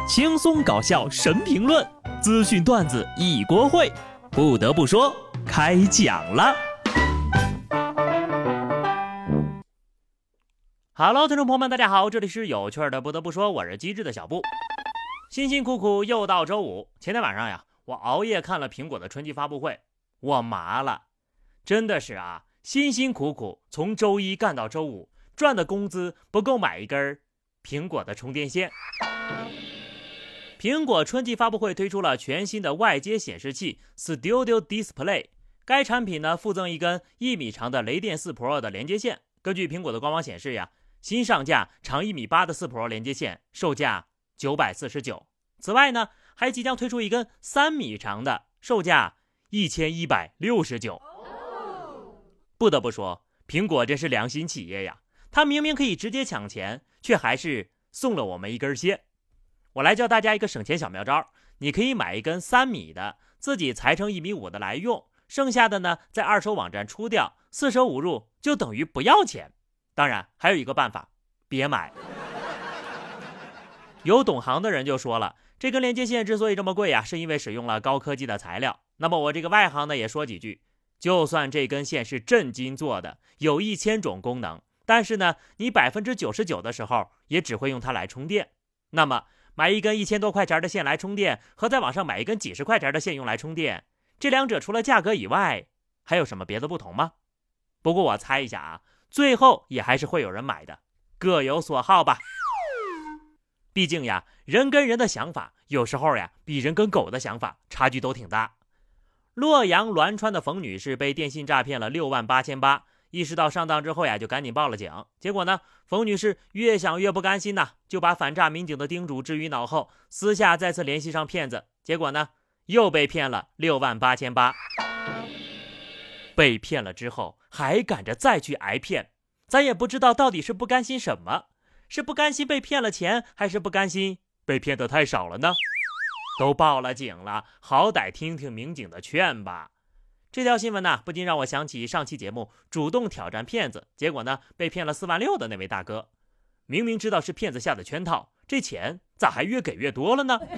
轻松搞笑神评论，资讯段子一锅烩。不得不说，开讲了。Hello， 听众朋友们，大家好，这里是有趣的。不得不说，我是机智的小布。辛辛苦苦又到周五，前天晚上呀，我熬夜看了苹果的春季发布会，我麻了，真的是啊，辛辛苦苦从周一干到周五，赚的工资不够买一根苹果的充电线。苹果春季发布会推出了全新的外接显示器 Studio Display， 该产品呢附赠一根1米长的雷电4 Pro 的连接线。根据苹果的官网显示呀，新上架长1米8的4 Pro 连接线，售价949。此外呢，还即将推出一根3米长的，售价1169。不得不说，苹果真是良心企业呀，它明明可以直接抢钱，却还是送了我们一根线。我来教大家一个省钱小妙招，你可以买一根3米的，自己裁成1米5的来用，剩下的呢在二手网站出掉，4舍5入就等于不要钱。当然还有一个办法，别买。有懂行的人就说了，这根连接线之所以这么贵呀，是因为使用了高科技的材料。那么我这个外行呢也说几句，就算这根线是正金做的，有1000种功能，但是呢你99%的时候也只会用它来充电。那么买一根1000多块钱的线来充电，和在网上买一根几十块钱的线用来充电，这两者除了价格以外，还有什么别的不同吗？不过我猜一下啊，最后也还是会有人买的，各有所好吧。毕竟呀，人跟人的想法有时候呀，比人跟狗的想法差距都挺大。洛阳栾川的冯女士被电信诈骗了68800，意识到上当之后呀，就赶紧报了警。结果呢，冯女士越想越不甘心呐，就把反诈民警的叮嘱置于脑后，私下再次联系上骗子。结果呢，又被骗了68800。被骗了之后，还赶着再去挨骗，咱也不知道到底是不甘心什么，是不甘心被骗了钱，还是不甘心被骗得太少了呢？都报了警了，好歹听听民警的劝吧。这条新闻呢，不禁让我想起上期节目主动挑战骗子，结果呢被骗了4万6的那位大哥。明明知道是骗子下的圈套，这钱咋还越给越多了呢？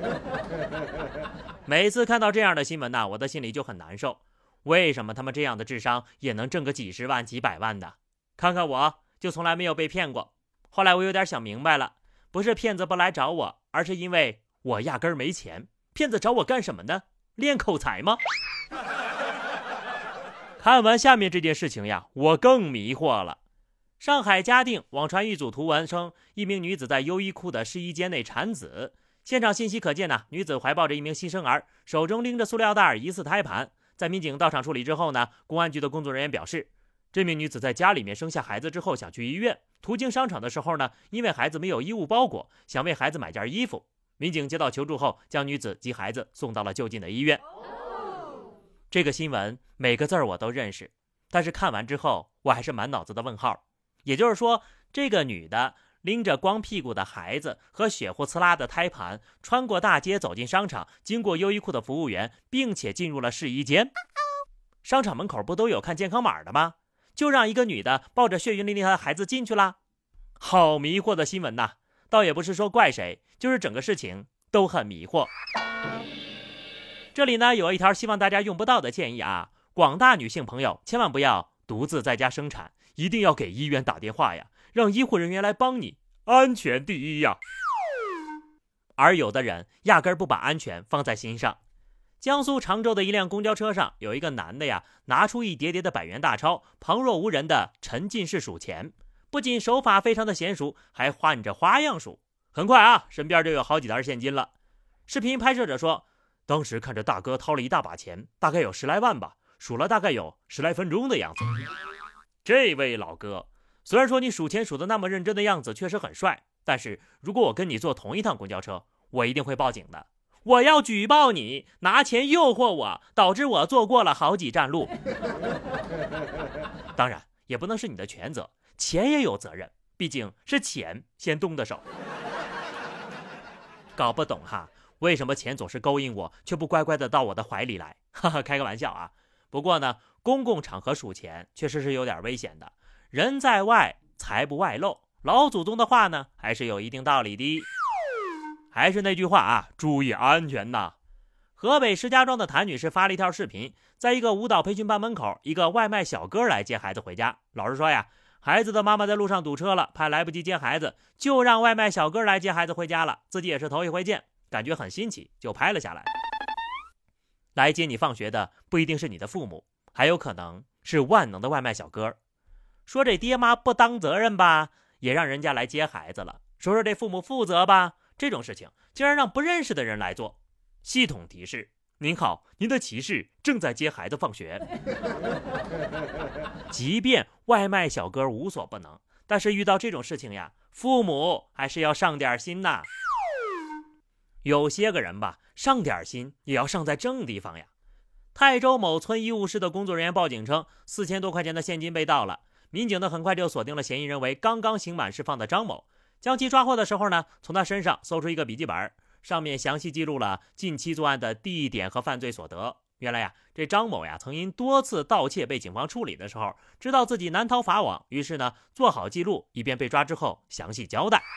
每次看到这样的新闻呢，我的心里就很难受。为什么他们这样的智商也能挣个几十万几百万的？看看我就从来没有被骗过。后来我有点想明白了，不是骗子不来找我，而是因为我压根儿没钱。骗子找我干什么呢？练口才吗？看完下面这件事情呀，我更迷惑了。上海嘉定网传一组图文称，一名女子在优衣库的试衣间内产子。现场信息可见呢，女子怀抱着一名新生儿，手中拎着塑料袋，疑似胎盘。在民警到场处理之后呢，公安局的工作人员表示，这名女子在家里面生下孩子之后想去医院，途经商场的时候呢，因为孩子没有衣物包裹，想为孩子买件衣服。民警接到求助后，将女子及孩子送到了就近的医院。这个新闻每个字我都认识，但是看完之后我还是满脑子的问号。也就是说，这个女的拎着光屁股的孩子和血呼呲啦的胎盘，穿过大街走进商场，经过优衣库的服务员，并且进入了试衣间。商场门口不都有看健康码的吗？就让一个女的抱着血淋淋的孩子进去啦？好迷惑的新闻呐！倒也不是说怪谁，就是整个事情都很迷惑。这里呢有一条希望大家用不到的建议啊，广大女性朋友千万不要独自在家生产，一定要给医院打电话呀，让医护人员来帮你，安全第一呀。而有的人压根不把安全放在心上。江苏常州的一辆公交车上，有一个男的呀，拿出一叠叠的100元大钞，旁若无人的沉浸式数钱，不仅手法非常的娴熟，还换着花样数。很快啊，身边就有好几袋现金了。视频拍摄者说，当时看着大哥掏了一大把钱，大概有10来万吧，数了大概有10来分钟的样子。这位老哥，虽然说你数钱数的那么认真的样子确实很帅，但是如果我跟你坐同一趟公交车，我一定会报警的。我要举报你拿钱诱惑我，导致我坐过了好几站路。当然也不能是你的全责，钱也有责任，毕竟是钱先动的手。搞不懂哈，为什么钱总是勾引我，却不乖乖的到我的怀里来？哈哈，开个玩笑啊。不过呢，公共场合数钱确实是有点危险的，人在外财不外露，老祖宗的话呢还是有一定道理的。 还是那句话啊，注意安全呐。河北石家庄的谭女士发了一条视频，在一个舞蹈培训班门口，一个外卖小哥来接孩子回家。老实说呀，孩子的妈妈在路上堵车了，怕来不及接孩子，就让外卖小哥来接孩子回家了。自己也是头一回见，感觉很新奇，就拍了下来。来接你放学的不一定是你的父母，还有可能是万能的外卖小哥。说这爹妈不当责任吧，也让人家来接孩子了。说这父母负责吧，这种事情竟然让不认识的人来做。系统提示：您好，您的骑士正在接孩子放学。即便外卖小哥无所不能，但是遇到这种事情呀，父母还是要上点心呐。有些个人吧，上点心也要上在正地方呀。泰州某村医务室的工作人员报警称，4000多块钱的现金被盗了。民警呢很快就锁定了嫌疑人为刚刚刑满释放的张某。将其抓获的时候呢，从他身上搜出一个笔记本，上面详细记录了近期作案的地点和犯罪所得。原来呀，这张某呀曾因多次盗窃被警方处理的时候，知道自己难逃法网，于是呢做好记录，以便被抓之后详细交代。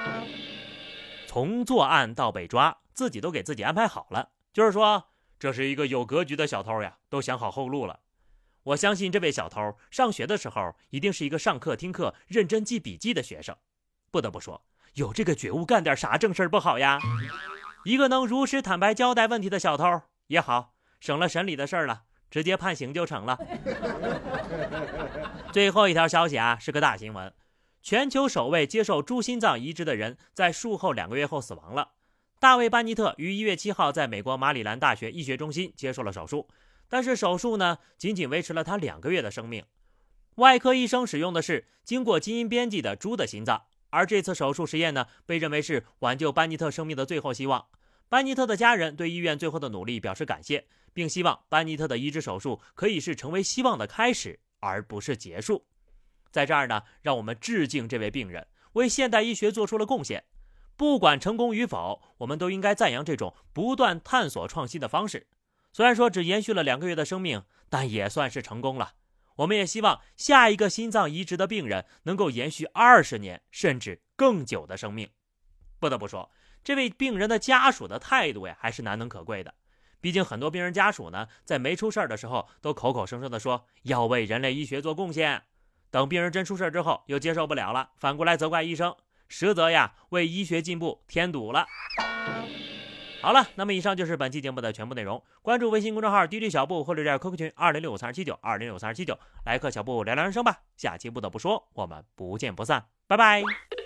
从作案到被抓，自己都给自己安排好了，就是说这是一个有格局的小偷呀，都想好后路了。我相信这位小偷上学的时候一定是一个上课听课认真记笔记的学生。不得不说，有这个觉悟干点啥正事不好呀？一个能如实坦白交代问题的小偷也好，省了审理的事儿了，直接判刑就成了。最后一条消息啊，是个大新闻。全球首位接受猪心脏移植的人在术后2个月后死亡了。大卫·班尼特于1月7号在美国马里兰大学医学中心接受了手术，但是手术呢，仅仅维持了他2个月的生命。外科医生使用的是经过基因编辑的猪的心脏，而这次手术实验呢，被认为是挽救班尼特生命的最后希望。班尼特的家人对医院最后的努力表示感谢，并希望班尼特的移植手术可以是成为希望的开始，而不是结束。在这儿呢，让我们致敬这位病人，为现代医学做出了贡献。不管成功与否，我们都应该赞扬这种不断探索创新的方式。虽然说只延续了2个月的生命，但也算是成功了。我们也希望下一个心脏移植的病人能够延续20年甚至更久的生命。不得不说，这位病人的家属的态度呀，还是难能可贵的。毕竟很多病人家属呢，在没出事的时候都口口声声的说要为人类医学做贡献，等病人真出事之后又接受不了了，反过来责怪医生，实则呀为医学进步添堵了。好了，那么以上就是本期节目的全部内容。关注微信公众号 DJ 小布或者在 QQ 群20653279 20653279，来和小布聊聊人生吧。下期不得不说，我们不见不散，拜拜。